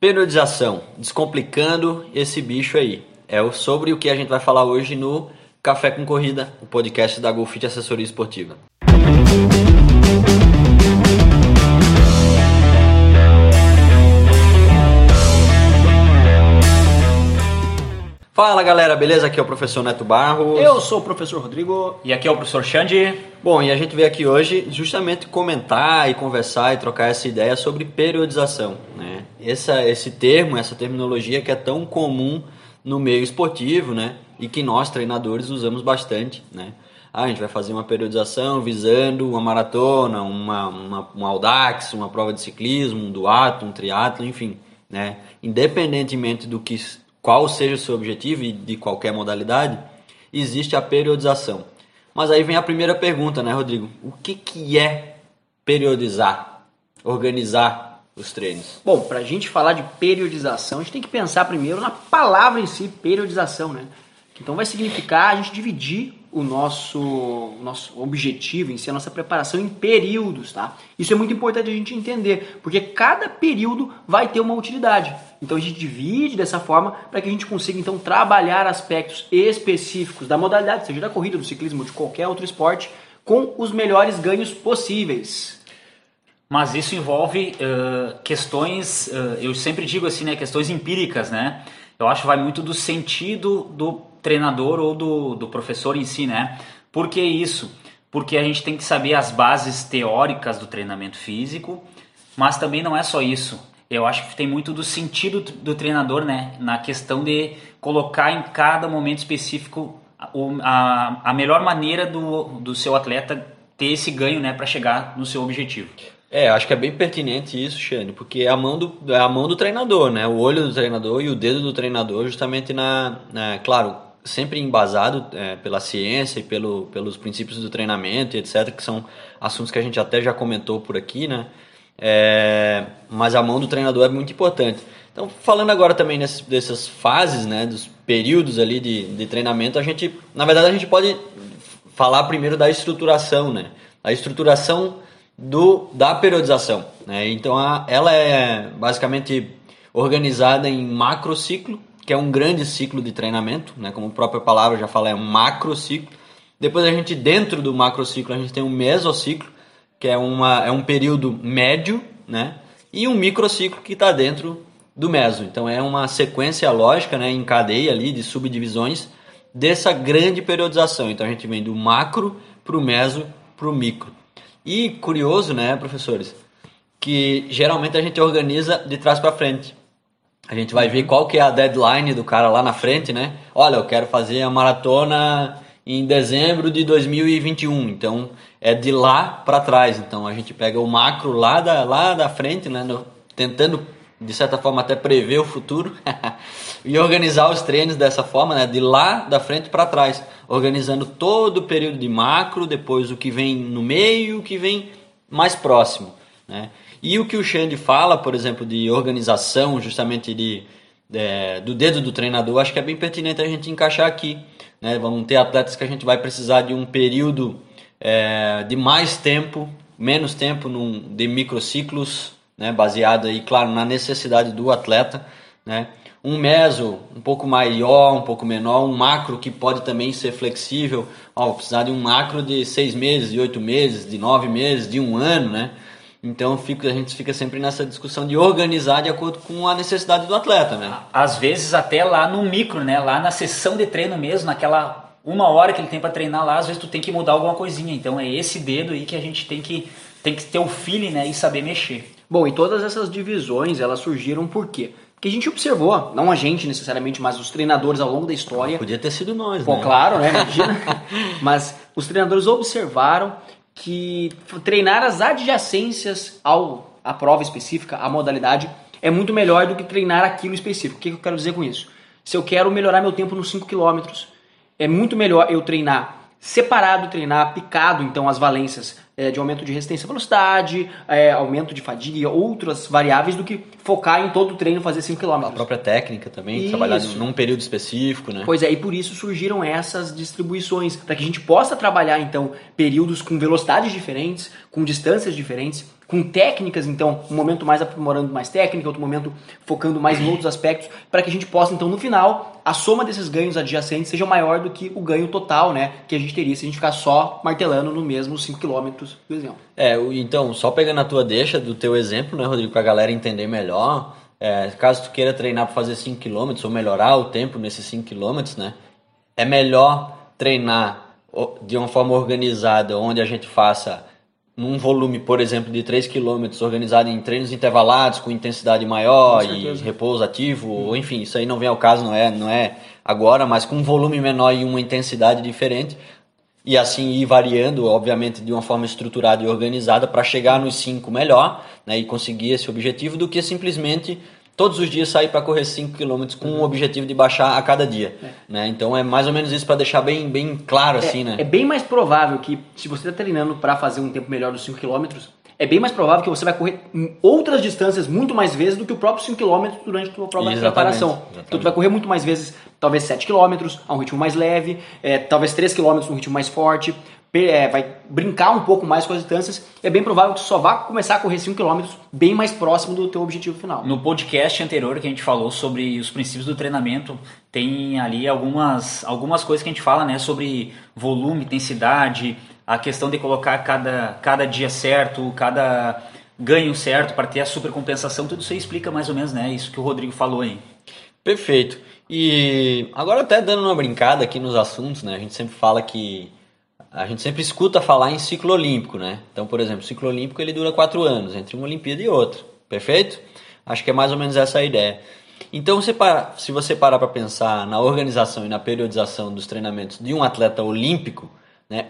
Periodização, descomplicando esse bicho aí. Sobre o que a gente vai falar hoje no Café com Corrida, o podcast da Golfit Assessoria Esportiva. Fala galera, beleza? Aqui é o professor Neto Barros. Eu sou o professor Rodrigo. E aqui é o professor Xande. Bom, e a gente veio aqui hoje justamente comentar e conversar e trocar essa ideia sobre periodização, né? Esse termo, essa terminologia que é tão comum no meio esportivo, né? E que nós, treinadores, usamos bastante, né? A gente vai fazer uma periodização visando uma maratona, um audax, uma prova de ciclismo, um duatlon, um triatlon, enfim, né? Independentemente qual seja o seu objetivo e de qualquer modalidade, existe a periodização. Mas aí vem a primeira pergunta, né, Rodrigo? O que é periodizar, organizar os treinos? Bom, para a gente falar de periodização, a gente tem que pensar primeiro na palavra em si, periodização, né? Então vai significar a gente dividir o nosso objetivo em si, a nossa preparação em períodos, tá? Isso é muito importante a gente entender, porque cada período vai ter uma utilidade. Então a gente divide dessa forma para que a gente consiga então trabalhar aspectos específicos da modalidade, seja da corrida, do ciclismo ou de qualquer outro esporte, com os melhores ganhos possíveis. Mas isso envolve questões, eu sempre digo assim, né, questões empíricas, né? Eu acho que vai muito do sentido do treinador ou do professor em si, né? Por que isso? Porque a gente tem que saber as bases teóricas do treinamento físico, mas também não é só isso. Eu acho que tem muito do sentido do treinador, né? Na questão de colocar em cada momento específico a melhor maneira do seu atleta ter esse ganho, né? Para chegar no seu objetivo. Acho que é bem pertinente isso, Xane, porque é a mão do treinador, né? O olho do treinador e o dedo do treinador justamente claro, sempre embasado pela ciência e pelos princípios do treinamento e etc, que são assuntos que a gente até já comentou por aqui, né? Mas a mão do treinador é muito importante. Então, falando agora também dessas fases, né, dos períodos ali de treinamento, na verdade a gente pode falar primeiro da estruturação, né? A estruturação da periodização, né? Então ela é basicamente organizada em macrociclo, que é um grande ciclo de treinamento, né? Como a própria palavra já fala, é um macrociclo. Depois dentro do macrociclo, a gente tem um mesociclo, que é um período médio, né? E um microciclo que está dentro do meso. Então é uma sequência lógica, né, em cadeia ali de subdivisões dessa grande periodização. Então a gente vem do macro para o meso para o micro. E curioso, né, professores, que geralmente a gente organiza de trás para frente. A gente vai ver qual que é a deadline do cara lá na frente, né? Olha, eu quero fazer a maratona em dezembro de 2021, então é de lá para trás. Então a gente pega o macro lá da frente, né? Tentando, de certa forma, até prever o futuro e organizar os treinos dessa forma, né? De lá da frente para trás, organizando todo o período de macro, depois o que vem no meio e o que vem mais próximo, né? E o que o Xande fala, por exemplo, de organização, justamente do dedo do treinador, acho que é bem pertinente a gente encaixar aqui, né? Vamos ter atletas que a gente vai precisar de um período de mais tempo, menos tempo de microciclos, né? Baseado aí, claro, na necessidade do atleta, né? Um meso um pouco maior, um pouco menor, um macro que pode também ser flexível. Vou precisar de um macro de 6 meses, de 8 meses, de 9 meses, de 1 ano, né? Então a gente fica sempre nessa discussão de organizar de acordo com a necessidade do atleta, né? Às vezes até lá no micro, né? Lá na sessão de treino mesmo, naquela 1 hora que ele tem para treinar lá, às vezes tu tem que mudar alguma coisinha. Então é esse dedo aí que a gente tem que ter o feeling, né? E saber mexer. Bom, e todas essas divisões, elas surgiram por quê? Porque a gente observou, não a gente necessariamente, mas os treinadores ao longo da história... Podia ter sido nós, Pô, né? Claro, né? Imagina. Mas os treinadores observaram que treinar as adjacências à prova específica, à modalidade, é muito melhor do que treinar aquilo específico. O que eu quero dizer com isso? Se eu quero melhorar meu tempo nos 5 km, é muito melhor eu treinar separado, treinar picado, então as valências de aumento de resistência à velocidade, aumento de fadiga e outras variáveis, do que focar em todo o treino fazer 5 km. A própria técnica também, Isso. Trabalhar num período específico, né? Pois é, e por isso surgiram essas distribuições, para que a gente possa trabalhar então períodos com velocidades diferentes, com distâncias diferentes, com técnicas, então, um momento mais aprimorando mais técnica, outro momento focando mais em outros aspectos, para que a gente possa, então, no final, a soma desses ganhos adjacentes seja maior do que o ganho total, né, que a gente teria se a gente ficar só martelando no mesmo 5 km do exemplo. Então, só pegando a tua deixa do teu exemplo, né, Rodrigo, para a galera entender melhor, caso tu queira treinar para fazer 5 km ou melhorar o tempo nesses 5 km, né, é melhor treinar de uma forma organizada, onde a gente faça num volume, por exemplo, de 3 km, organizado em treinos intervalados, com intensidade maior e repouso ativo, ou enfim, isso aí não vem ao caso, não é agora, mas com um volume menor e uma intensidade diferente, e assim ir variando, obviamente, de uma forma estruturada e organizada para chegar nos 5 melhor, né, e conseguir esse objetivo, do que simplesmente todos os dias sair para correr 5 km com o objetivo de baixar a cada dia. Né? Então é mais ou menos isso, para deixar bem claro assim, né? É bem mais provável que, se você está treinando para fazer um tempo melhor dos 5 km, é bem mais provável que você vai correr outras distâncias muito mais vezes do que o próprio 5 km durante a sua própria preparação. Exatamente. Então tu vai correr muito mais vezes, talvez 7 km a um ritmo mais leve, talvez 3 km num ritmo mais forte, vai brincar um pouco mais com as distâncias. É bem provável que tu só vá começar a correr 5 km bem mais próximo do teu objetivo final. No podcast anterior que a gente falou sobre os princípios do treinamento, tem ali algumas coisas que a gente fala, né, sobre volume, intensidade, a questão de colocar cada dia certo, cada ganho certo para ter a supercompensação. Tudo isso aí explica mais ou menos, né, isso que o Rodrigo falou aí. Perfeito. E agora, até dando uma brincada aqui nos assuntos, né, a gente sempre escuta falar em ciclo olímpico, né? Então, por exemplo, o ciclo olímpico ele dura 4 anos, entre uma Olimpíada e outra, perfeito? Acho que é mais ou menos essa a ideia. Então, se você parar para pensar na organização e na periodização dos treinamentos de um atleta olímpico, né,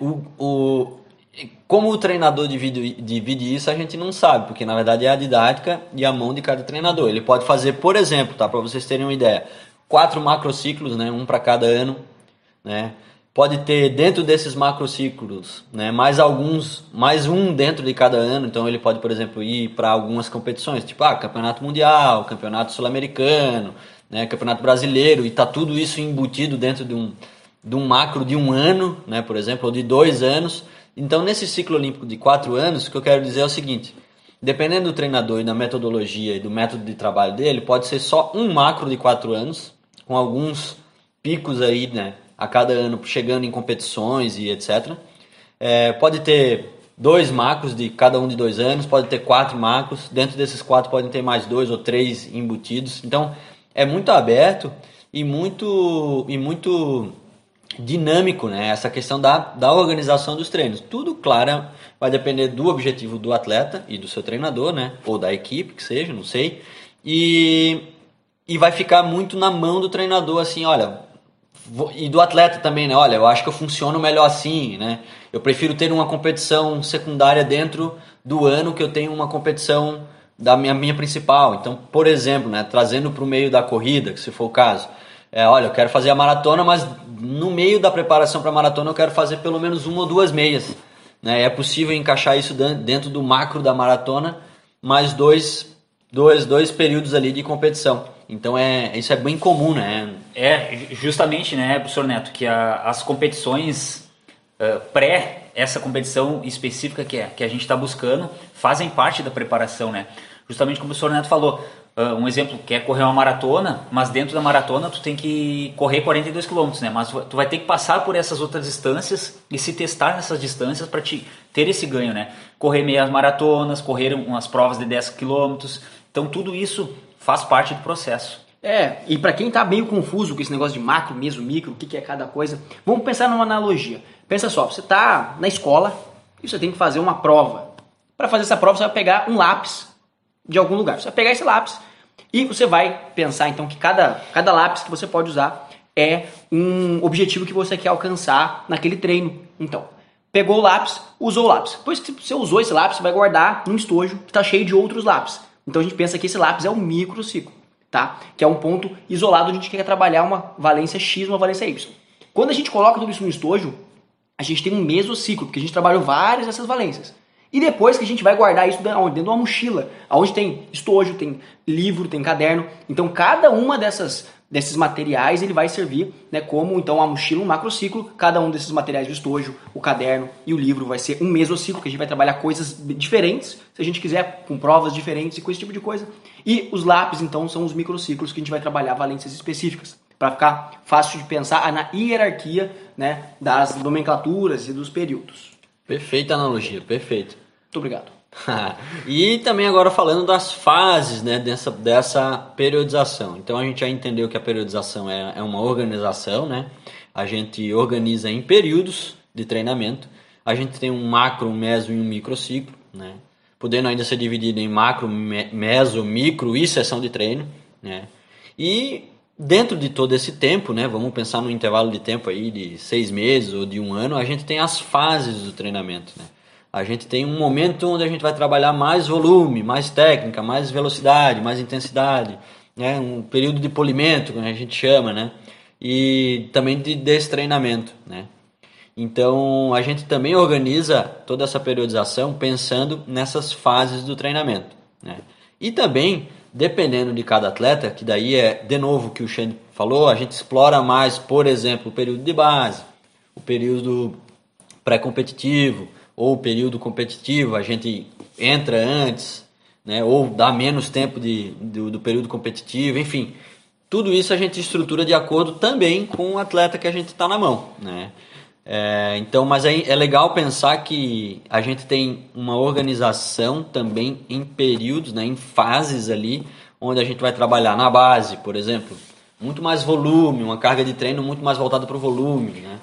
como o treinador divide isso, a gente não sabe, porque na verdade é a didática e a mão de cada treinador. Ele pode fazer, por exemplo, tá, para vocês terem uma ideia, 4 macrociclos, né, um para cada ano, né? Pode ter dentro desses macrociclos, né, mais um dentro de cada ano. Então ele pode, por exemplo, ir para algumas competições, tipo campeonato mundial, campeonato sul-americano, né, campeonato brasileiro, e tá tudo isso embutido dentro de um macro de um ano, né, por exemplo, ou de 2 anos. Então nesse ciclo olímpico de 4 anos, o que eu quero dizer é o seguinte: dependendo do treinador e da metodologia e do método de trabalho dele, pode ser só um macro de 4 anos, com alguns picos aí, né, a cada ano chegando em competições e etc. Pode ter 2 macros de cada um de 2 anos, pode ter 4 macros, dentro desses 4 podem ter mais 2 ou 3 embutidos. Então é muito aberto e muito dinâmico, né? Essa questão da organização dos treinos. Tudo, claro, vai depender do objetivo do atleta e do seu treinador, né? Ou da equipe, que seja, não sei. E vai ficar muito na mão do treinador, assim, olha, e do atleta também, né? Olha, eu acho que eu funciono melhor assim, né? Eu prefiro ter uma competição secundária dentro do ano que eu tenho uma competição da minha principal. Então, por exemplo, né, trazendo para o meio da corrida, que se for o caso, olha, eu quero fazer a maratona, mas no meio da preparação para a maratona eu quero fazer pelo menos 1 ou 2 meias, né? É possível encaixar isso dentro do macro da maratona, mais dois períodos ali de competição. Então isso é bem comum, né? Justamente, né, professor Neto, que as competições pré essa competição específica que a gente está buscando fazem parte da preparação, né? Justamente como o professor Neto falou, um exemplo, quer correr uma maratona, mas dentro da maratona tu tem que correr 42 km, né? Mas tu vai ter que passar por essas outras distâncias e se testar nessas distâncias para ter esse ganho, né? Correr meias maratonas, correr umas provas de 10 km. Então tudo isso faz parte do processo. E para quem tá meio confuso com esse negócio de macro, meso, micro, o que é cada coisa, vamos pensar numa analogia. Pensa só, você tá na escola e você tem que fazer uma prova. Para fazer essa prova você vai pegar um lápis de algum lugar. Você vai pegar esse lápis e você vai pensar então que cada lápis que você pode usar é um objetivo que você quer alcançar naquele treino. Então, pegou o lápis, usou o lápis. Depois que você usou esse lápis, você vai guardar num estojo que está cheio de outros lápis. Então a gente pensa que esse lápis é um microciclo, tá? Que é um ponto isolado onde a gente quer trabalhar uma valência X, uma valência Y. Quando a gente coloca tudo isso no estojo, a gente tem um mesociclo, porque a gente trabalhou várias dessas valências. E depois que a gente vai guardar isso dentro de uma mochila, onde tem estojo, tem livro, tem caderno. Então cada uma dessas desses materiais ele vai servir, né, como então a mochila, um macrociclo. Cada um desses materiais, o estojo, o caderno e o livro vai ser um mesociclo, que a gente vai trabalhar coisas diferentes, se a gente quiser, com provas diferentes e com esse tipo de coisa. E os lápis, então, são os microciclos que a gente vai trabalhar valências específicas, para ficar fácil de pensar na hierarquia, né, das nomenclaturas e dos períodos. Perfeita analogia, perfeito. Muito obrigado. E também agora falando das fases, né, dessa periodização. Então a gente já entendeu que a periodização é uma organização, né? A gente organiza em períodos de treinamento. A gente tem um macro, um meso e um microciclo, né? Podendo ainda ser dividido em macro, meso, micro e sessão de treino, né? E dentro de todo esse tempo, né, vamos pensar num intervalo de tempo aí de 6 meses ou de 1 ano, a gente tem as fases do treinamento, né? A gente tem um momento onde a gente vai trabalhar mais volume, mais técnica, mais velocidade, mais intensidade, né? Um período de polimento, como a gente chama, né? E também de destreinamento, né? Então, a gente também organiza toda essa periodização pensando nessas fases do treinamento, né? E também, dependendo de cada atleta, que daí é, de novo, o que o Xande falou, a gente explora mais, por exemplo, o período de base, o período pré-competitivo, ou o período competitivo, a gente entra antes, né, ou dá menos tempo do período competitivo, enfim. Tudo isso a gente estrutura de acordo também com o atleta que a gente está na mão, né? Então, mas é legal pensar que a gente tem uma organização também em períodos, né, em fases ali, onde a gente vai trabalhar na base, por exemplo, muito mais volume, uma carga de treino muito mais voltada para o volume, né?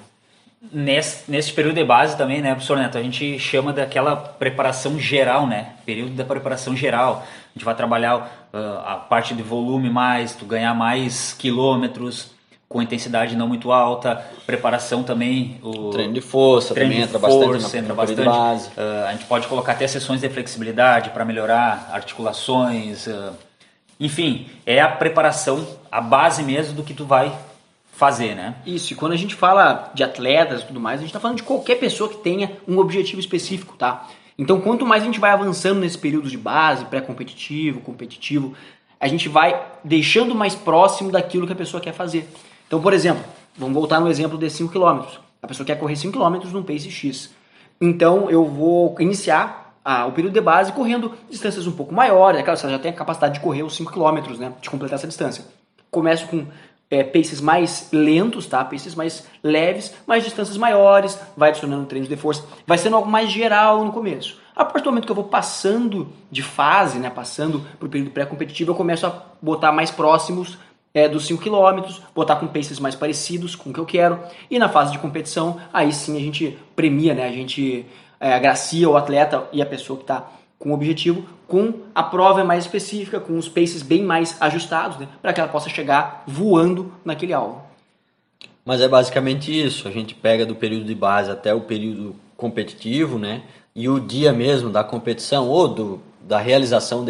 Nesse período de base também, né, professor Neto, a gente chama daquela preparação geral, né, período da preparação geral. A gente vai trabalhar a parte de volume mais, tu ganhar mais quilômetros com intensidade não muito alta, preparação também, o treino de força treino também de entra força, bastante na base. A gente pode colocar até sessões de flexibilidade para melhorar articulações, enfim, é a preparação, a base mesmo do que tu vai fazer, né? Isso, e quando a gente fala de atletas e tudo mais, a gente está falando de qualquer pessoa que tenha um objetivo específico, tá? Então, quanto mais a gente vai avançando nesse período de base, pré-competitivo, competitivo, a gente vai deixando mais próximo daquilo que a pessoa quer fazer. Então, por exemplo, vamos voltar no exemplo de 5 km. A pessoa quer correr 5 km num pace X. Então, eu vou iniciar o período de base correndo distâncias um pouco maiores. É claro, você já tem a capacidade de correr os 5 km, né? De completar essa distância. Começo com paces mais lentos, tá? Paces mais leves, mas distâncias maiores, vai adicionando treinos de força, vai sendo algo mais geral no começo. A partir do momento que eu vou passando de fase, né, passando para o período pré-competitivo, eu começo a botar mais próximos dos 5 km, botar com paces mais parecidos com o que eu quero, e na fase de competição, aí sim a gente premia, né, a gente agracia o atleta e a pessoa que está com o objetivo, com a prova mais específica, com os paces bem mais ajustados, né, para que ela possa chegar voando naquele alvo. Mas é basicamente isso, a gente pega do período de base até o período competitivo, né, e o dia mesmo da competição ou da realização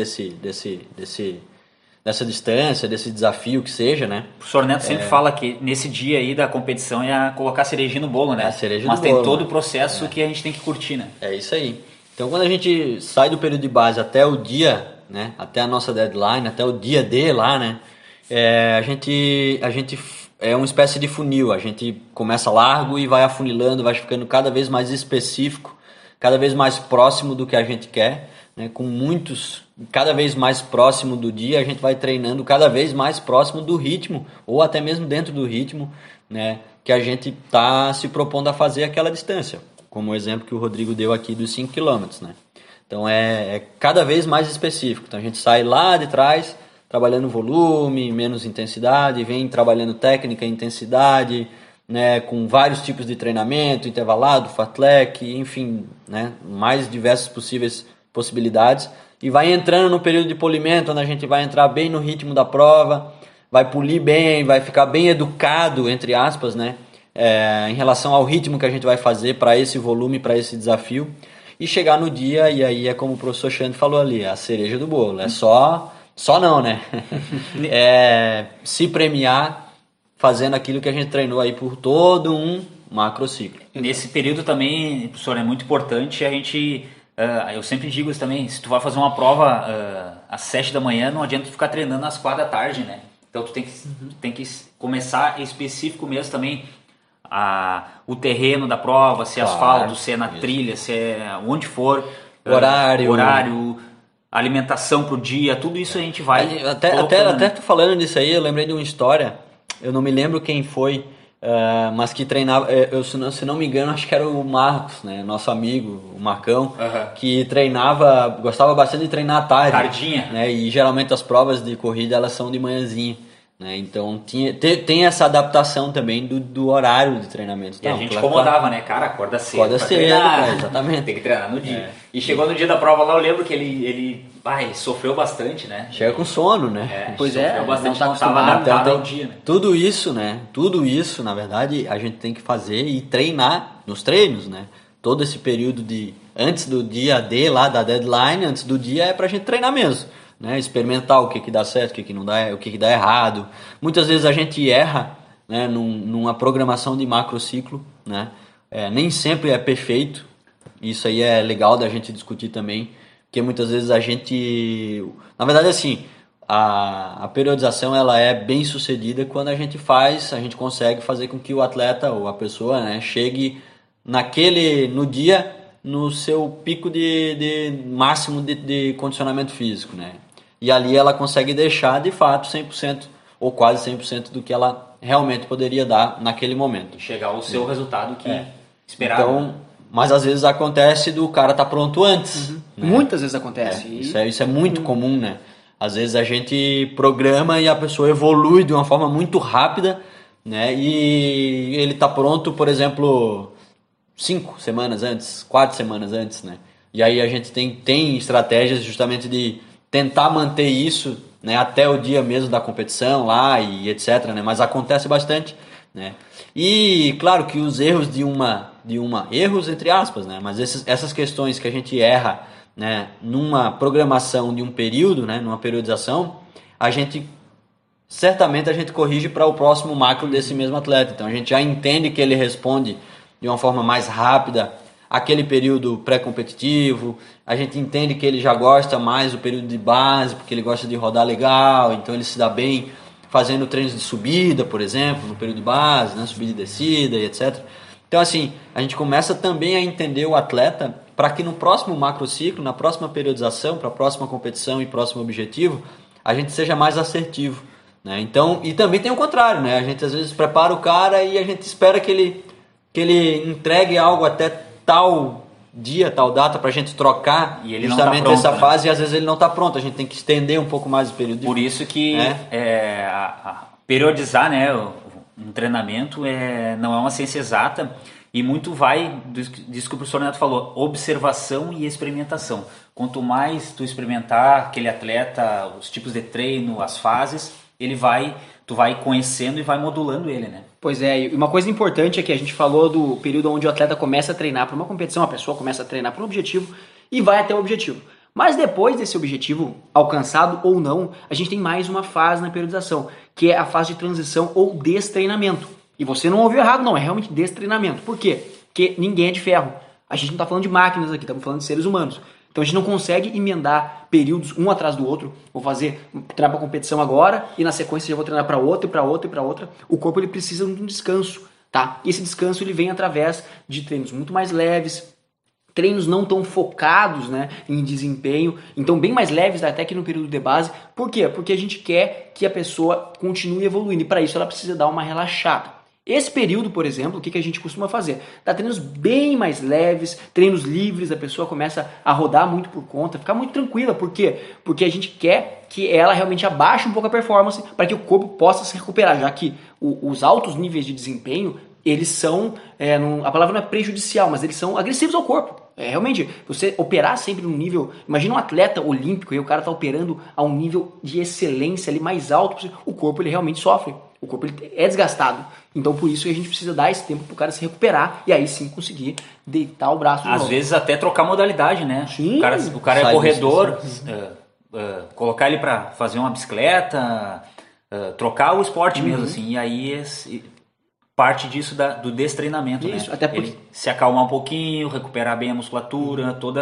dessa distância, desse desafio que seja, né. O professor Neto sempre fala que nesse dia aí da competição é colocar a cerejinha no bolo, né, a cereja mas do tem bolo, todo né? o processo que a gente tem que curtir, né. É isso aí. Então, quando a gente sai do período de base até o dia, né, até a nossa deadline, até o dia D lá, né, a gente é uma espécie de funil. A gente começa largo e vai afunilando, vai ficando cada vez mais específico, cada vez mais próximo do que a gente quer, né, com muitos, cada vez mais próximo do dia, a gente vai treinando cada vez mais próximo do ritmo, ou até mesmo dentro do ritmo, né, que a gente está se propondo a fazer aquela distância. Como o exemplo que o Rodrigo deu aqui dos 5 km, né? Então é cada vez mais específico. Então a gente sai lá de trás, trabalhando volume, menos intensidade, vem trabalhando técnica e intensidade, né, com vários tipos de treinamento, intervalado, fartlek, enfim, né, mais diversas possíveis possibilidades. E vai entrando no período de polimento, onde a gente vai entrar bem no ritmo da prova, vai polir bem, vai ficar bem educado, entre aspas, né? Em relação ao ritmo que a gente vai fazer para esse volume, para esse desafio, e chegar no dia, e aí é como o professor Xande falou ali, a cereja do bolo, é só não, né? Se premiar fazendo aquilo que a gente treinou aí por todo um macrociclo. Nesse período também, professor, é muito importante a gente, eu sempre digo isso também, se tu vai fazer uma prova às 7 da manhã, não adianta tu ficar treinando às 4 da tarde, né? Então tu tem que começar específico mesmo também o terreno da prova, se é asfalto, se é na trilha, se é onde for, horário, alimentação pro dia, tudo isso a gente vai até tu falando nisso aí, eu lembrei de uma história, eu não me lembro quem foi, mas que treinava, se não me engano, acho que era o Marcos, né, nosso amigo, o Marcão, que treinava, gostava bastante de treinar à tarde. Tardinha. Né, e geralmente as provas de corrida elas são de manhãzinha. Né, então tem essa adaptação também do horário de treinamento. E a gente incomodava, né? Cara, acorda cedo. Acorda cedo, cara, exatamente. Tem que treinar no dia. E chegou no dia da prova lá, eu lembro que ele sofreu bastante, né? Chega com sono, né? Sofreu bastante, não tá acostumado adaptado ao dia, né? Tudo isso, na verdade, a gente tem que fazer e treinar nos treinos, né? Todo esse período antes do dia D lá, da deadline, antes do dia é pra gente treinar mesmo. Né, experimentar o que dá certo, o que não dá, o que dá errado. Muitas vezes a gente erra, né, numa programação de macrociclo, né? Nem sempre é perfeito. Isso aí é legal da gente discutir também, porque muitas vezes a gente, na verdade, assim, a periodização ela é bem sucedida quando a gente consegue fazer com que o atleta ou a pessoa, né, chegue no dia no seu pico de máximo de condicionamento físico, né? E ali ela consegue deixar de fato 100% ou quase 100% do que ela realmente poderia dar naquele momento. E chegar ao seu resultado que esperava. Então, mas às vezes acontece do cara estar pronto antes. Né? Muitas vezes acontece. Isso é muito comum, né? Às vezes a gente programa e a pessoa evolui de uma forma muito rápida, né? E ele está pronto, por exemplo, 5 semanas antes, 4 semanas antes, né? E aí a gente tem estratégias justamente de tentar manter isso, né, até o dia mesmo da competição lá e etc, né? Mas acontece bastante, né? E claro que os erros erros entre aspas, né? Mas essas questões que a gente erra, né, numa programação de um período, né, numa periodização, certamente a gente corrige para o próximo macro desse mesmo atleta. Então a gente já entende que ele responde de uma forma mais rápida aquele período pré-competitivo, a gente entende que ele já gosta mais do período de base, porque ele gosta de rodar legal, então ele se dá bem fazendo treinos de subida, por exemplo, no período de base, né, subida e descida e etc. Então assim, a gente começa também a entender o atleta para que no próximo macrociclo, na próxima periodização, para a próxima competição e próximo objetivo, a gente seja mais assertivo. Né? Então, e também tem o contrário, né? A gente às vezes prepara o cara e a gente espera que ele entregue algo até tal dia, tal data para a gente trocar e ele justamente não tá pronto, essa né? fase, e às vezes ele não está pronto, a gente tem que estender um pouco mais o período. Por isso que periodizar, né, um treinamento não é uma ciência exata e muito vai disso que o professor Neto falou, observação e experimentação. Quanto mais tu experimentar aquele atleta, os tipos de treino, as fases, tu vai conhecendo e vai modulando ele, né? Pois é, e uma coisa importante é que a gente falou do período onde o atleta começa a treinar para uma competição, a pessoa começa a treinar para um objetivo e vai até o objetivo. Mas depois desse objetivo alcançado ou não, a gente tem mais uma fase na periodização, que é a fase de transição ou destreinamento. E você não ouviu errado, não, é realmente destreinamento. Por quê? Porque ninguém é de ferro. A gente não está falando de máquinas aqui, estamos falando de seres humanos. Então a gente não consegue emendar períodos um atrás do outro. Vou treinar para competição agora e na sequência já vou treinar para outra e para outra e para outra. O corpo ele precisa de um descanso, tá? E esse descanso ele vem através de treinos muito mais leves, treinos não tão focados, né, em desempenho, então bem mais leves até que no período de base. Por quê? Porque a gente quer que a pessoa continue evoluindo e para isso ela precisa dar uma relaxada. Esse período, por exemplo, o que a gente costuma fazer? Dá treinos bem mais leves, treinos livres, a pessoa começa a rodar muito por conta, ficar muito tranquila. Por quê? Porque a gente quer que ela realmente abaixe um pouco a performance para que o corpo possa se recuperar, já que os altos níveis de desempenho, eles são, a palavra não é prejudicial, mas eles são agressivos ao corpo. Realmente, você operar sempre num nível... Imagina um atleta olímpico e o cara está operando a um nível de excelência ali mais alto, o corpo ele realmente sofre. O corpo ele é desgastado. Então, por isso que a gente precisa dar esse tempo para o cara se recuperar e aí sim conseguir deitar o braço de novo. Às vezes até trocar modalidade, né? Sim. O cara é corredor, colocar ele para fazer uma bicicleta, trocar o esporte mesmo, assim. E aí parte disso do destreinamento, isso, né? Até porque... Ele se acalmar um pouquinho, recuperar bem a musculatura,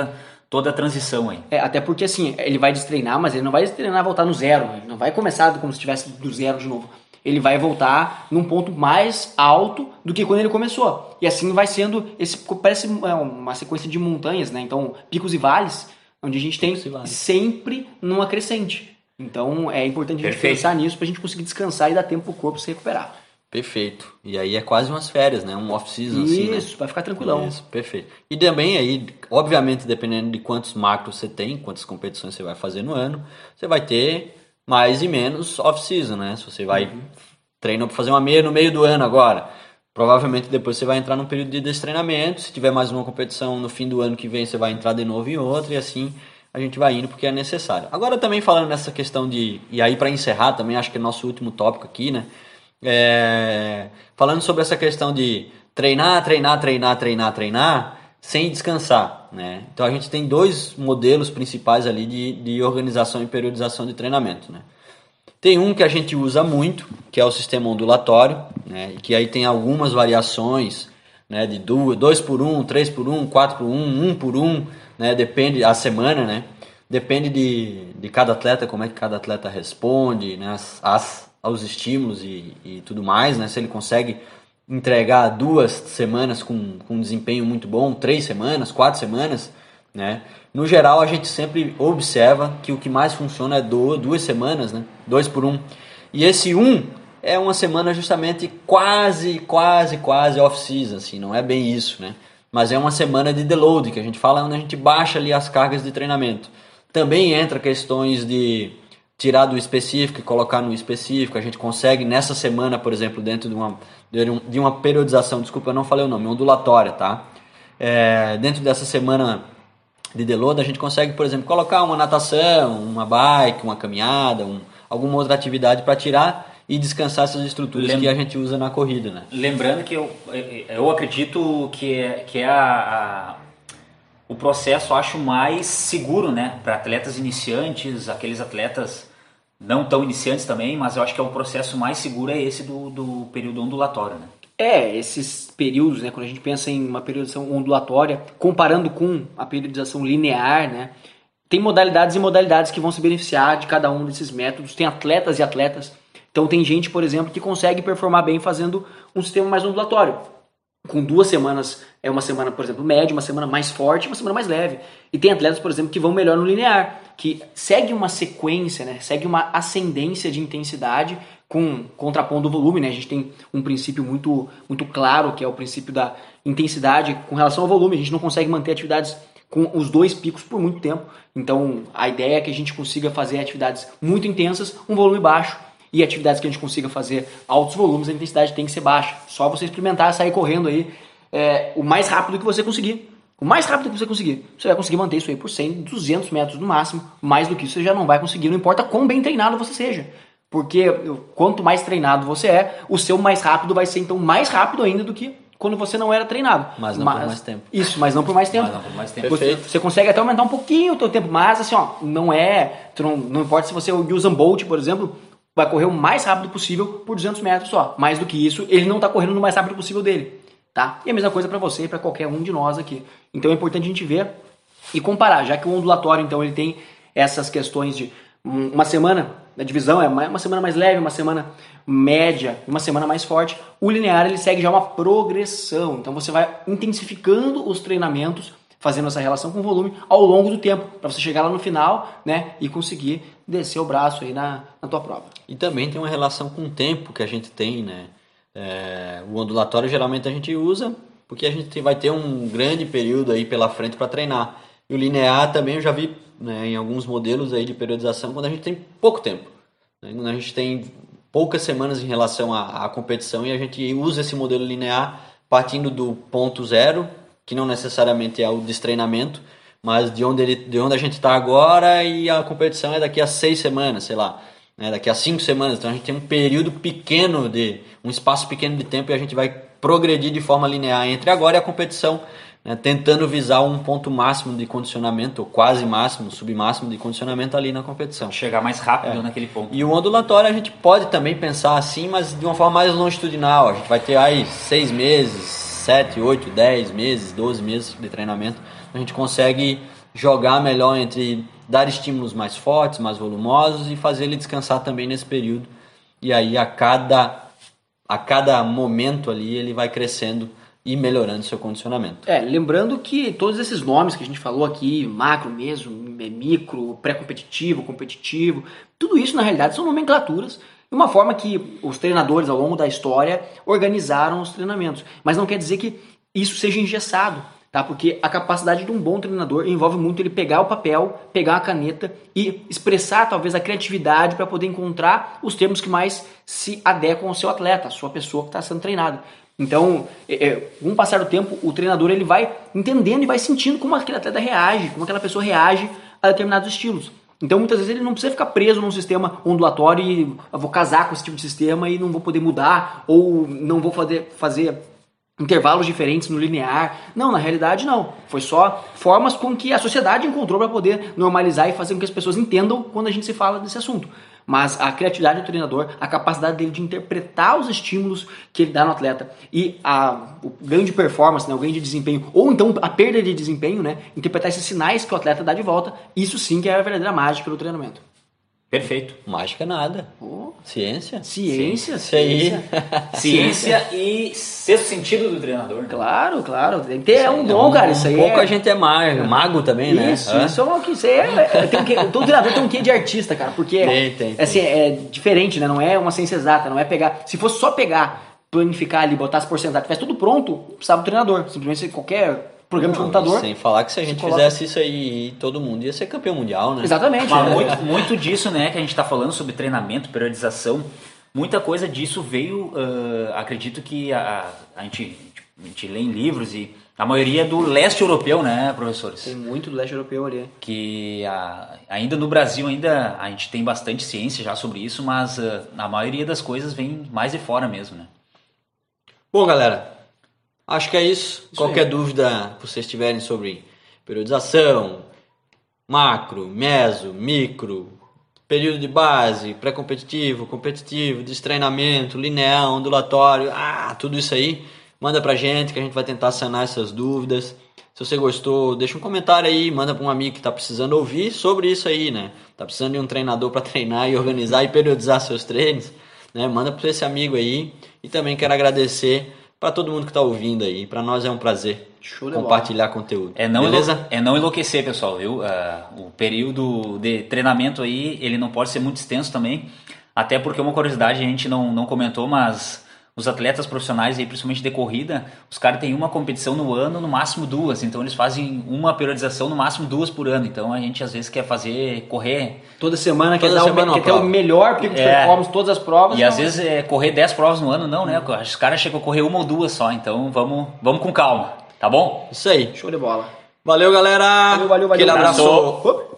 toda a transição aí. Até porque assim, ele vai destreinar, mas ele não vai destreinar voltar no zero, ele não vai começar como se estivesse do zero de novo. Ele vai voltar num ponto mais alto do que quando ele começou. E assim vai sendo, parece uma sequência de montanhas, né? Então, picos e vales, onde a gente tem sempre numa crescente. Então, é importante a gente pensar nisso pra gente conseguir descansar e dar tempo pro corpo se recuperar. Perfeito. E aí é quase umas férias, né? Um off-season assim, né? Isso, vai ficar tranquilão. Isso, perfeito. E também aí, obviamente, dependendo de quantos macros você tem, quantas competições você vai fazer no ano, você vai ter mais e menos off-season, né? Se você vai treinar para fazer uma meia no meio do ano agora, provavelmente depois você vai entrar num período de destreinamento. Se tiver mais uma competição no fim do ano que vem, você vai entrar de novo em outra e assim a gente vai indo porque é necessário. Agora também falando nessa questão de... E aí para encerrar também, acho que é nosso último tópico aqui, né? Falando sobre essa questão de treinar sem descansar, né? Então a gente tem dois modelos principais ali de organização e periodização de treinamento, né? Tem um que a gente usa muito, que é o sistema ondulatório, né? E que aí tem algumas variações, né? De 2 por 1, 3 por 1, 4 por 1, 1 por 1, né? Depende a semana, né? Depende de cada atleta, como é que cada atleta responde, né? Aos estímulos e tudo mais, né? Se ele consegue entregar 2 semanas com um desempenho muito bom, 3 semanas, 4 semanas, né? No geral, a gente sempre observa que o que mais funciona é 2 semanas, né? 2 por 1. E esse 1 é uma semana justamente quase off-season, assim, não é bem isso, né? Mas é uma semana de deload, que a gente fala, onde a gente baixa ali as cargas de treinamento. Também entra questões de tirar do específico e colocar no específico. A gente consegue nessa semana, por exemplo, dentro de uma periodização, desculpa, eu não falei o nome, ondulatória, tá? Dentro dessa semana de deload, a gente consegue, por exemplo, colocar uma natação, uma bike, uma caminhada, alguma outra atividade para tirar e descansar essas estruturas que a gente usa na corrida, né? Lembrando que eu acredito que o processo, acho, mais seguro, né, para atletas iniciantes, aqueles atletas não tão iniciantes também, mas eu acho que é o processo mais seguro é esse do período ondulatório, né? Esses períodos, né, quando a gente pensa em uma periodização ondulatória, comparando com a periodização linear, né, tem modalidades e modalidades que vão se beneficiar de cada um desses métodos, tem atletas e atletas. Então tem gente, por exemplo, que consegue performar bem fazendo um sistema mais ondulatório. Com 2 semanas, uma semana, por exemplo, média, uma semana mais forte, uma semana mais leve. E tem atletas, por exemplo, que vão melhor no linear, que segue uma sequência, né? Segue uma ascendência de intensidade com contrapondo o volume, né? A gente tem um princípio muito, muito claro, que é o princípio da intensidade com relação ao volume. A gente não consegue manter atividades com os 2 picos por muito tempo. Então, a ideia é que a gente consiga fazer atividades muito intensas, um volume baixo. E atividades que a gente consiga fazer altos volumes, a intensidade tem que ser baixa. Só você experimentar, sair correndo aí o mais rápido que você conseguir. O mais rápido que você conseguir. Você vai conseguir manter isso aí por 100, 200 metros no máximo. Mais do que isso você já não vai conseguir, não importa quão bem treinado você seja. Porque quanto mais treinado você é, o seu mais rápido vai ser então mais rápido ainda do que quando você não era treinado. Mas não por mais tempo. Isso, mas não por mais tempo. Mas não por mais tempo. Você consegue até aumentar um pouquinho o teu tempo, mas assim, ó, não importa se você é o Usain Bolt, por exemplo, vai correr o mais rápido possível por 200 metros só. Mais do que isso, ele não está correndo no mais rápido possível dele. Tá? E a mesma coisa para você e para qualquer um de nós aqui. Então é importante a gente ver e comparar, já que o ondulatório então ele tem essas questões de uma semana, a divisão é uma semana mais leve, uma semana média, uma semana mais forte. O linear ele segue já uma progressão, então você vai intensificando os treinamentos, fazendo essa relação com o volume ao longo do tempo, para você chegar lá no final, né, e conseguir descer o braço aí na tua prova. E também tem uma relação com o tempo que a gente tem, né? O ondulatório geralmente a gente usa porque a gente vai ter um grande período aí pela frente para treinar. E o linear também eu já vi, né, em alguns modelos aí de periodização quando a gente tem pouco tempo, né? Quando a gente tem poucas semanas em relação à competição e a gente usa esse modelo linear partindo do ponto zero, que não necessariamente é o destreinamento, mas de onde a gente está agora, e a competição é daqui a 6 semanas, sei lá, né, daqui a 5 semanas. Então a gente tem um período pequeno, um espaço pequeno de tempo, e a gente vai progredir de forma linear entre agora e a competição, né, tentando visar um ponto máximo de condicionamento, ou quase máximo, submáximo de condicionamento ali na competição. Chegar mais rápido naquele ponto. E o ondulatório a gente pode também pensar assim, mas de uma forma mais longitudinal. A gente vai ter aí 6 meses, 7, 8, 10 meses, 12 meses de treinamento. A gente consegue jogar melhor entre dar estímulos mais fortes, mais volumosos e fazer ele descansar também nesse período. E aí a cada momento ali ele vai crescendo e melhorando seu condicionamento. Lembrando que todos esses nomes que a gente falou aqui, macro mesmo, micro, pré-competitivo, competitivo, tudo isso na realidade são nomenclaturas e uma forma que os treinadores ao longo da história organizaram os treinamentos. Mas não quer dizer que isso seja engessado, tá? Porque a capacidade de um bom treinador envolve muito ele pegar o papel, pegar a caneta e expressar talvez a criatividade para poder encontrar os termos que mais se adequam ao seu atleta, à sua pessoa que está sendo treinada. Então, com o passar do tempo, o treinador ele vai entendendo e vai sentindo como aquele atleta reage, como aquela pessoa reage a determinados estilos. Então, muitas vezes ele não precisa ficar preso num sistema ondulatório e eu vou casar com esse tipo de sistema e não vou poder mudar ou não vou fazer intervalos diferentes no linear. Não, na realidade não. Foi só formas com que a sociedade encontrou para poder normalizar e fazer com que as pessoas entendam quando a gente se fala desse assunto. Mas a criatividade do treinador, a capacidade dele de interpretar os estímulos que ele dá no atleta e o ganho de performance, né, o ganho de desempenho, ou então a perda de desempenho, né, interpretar esses sinais que o atleta dá de volta, isso sim que é a verdadeira mágica do treinamento. Perfeito. Mágica nada. Ciência. Ciência. Ciência e sexto sentido do treinador. Né? Claro. Tem que ter um dom, cara. Isso aí pouco a gente é mago também, né? Isso é uma que todo treinador tem um quê de artista, cara. Porque assim, é diferente, né? Não é uma ciência exata, não é pegar. Se fosse só pegar, planificar ali, botar as porcentagens, tivesse tudo pronto, precisava do treinador. Simplesmente qualquer programa de computador. Sem falar que se a gente fizesse isso aí, todo mundo ia ser campeão mundial, né? Exatamente. Mas muito disso, né, que a gente está falando sobre treinamento, periodização, muita coisa disso veio, acredito que a gente lê em livros e a maioria do leste europeu, né, professores? Tem muito do leste europeu ali. Que ainda no Brasil a gente tem bastante ciência já sobre isso, mas a maioria das coisas vem mais de fora mesmo, né? Bom, galera, acho que é isso. Qualquer dúvida que vocês tiverem sobre periodização, macro, meso, micro, período de base, pré-competitivo, competitivo, destreinamento, linear, ondulatório, tudo isso aí, manda pra gente que a gente vai tentar sanar essas dúvidas. Se você gostou, deixa um comentário aí, manda para um amigo que está precisando ouvir sobre isso aí, né? Tá precisando de um treinador para treinar e organizar e periodizar seus treinos, né? Manda para esse amigo aí. E também quero agradecer para todo mundo que está ouvindo aí. Para nós é um prazer compartilhar conteúdo. Beleza? Não enlouquecer, pessoal, viu? O período de treinamento aí, ele não pode ser muito extenso também. Até porque uma curiosidade a gente não comentou, mas os atletas profissionais aí, principalmente de corrida, os caras têm uma competição no ano, no máximo 2. Então eles fazem uma periodização, no máximo 2 por ano. Então a gente às vezes quer correr toda semana, quer ter o melhor, porque performamos todas as provas. E às vezes correr 10 provas no ano, não, né? Os caras chegam a correr 1 ou 2 só. Então vamos com calma, tá bom? Isso aí. Show de bola. Valeu, galera. Valeu. Aquele abraço.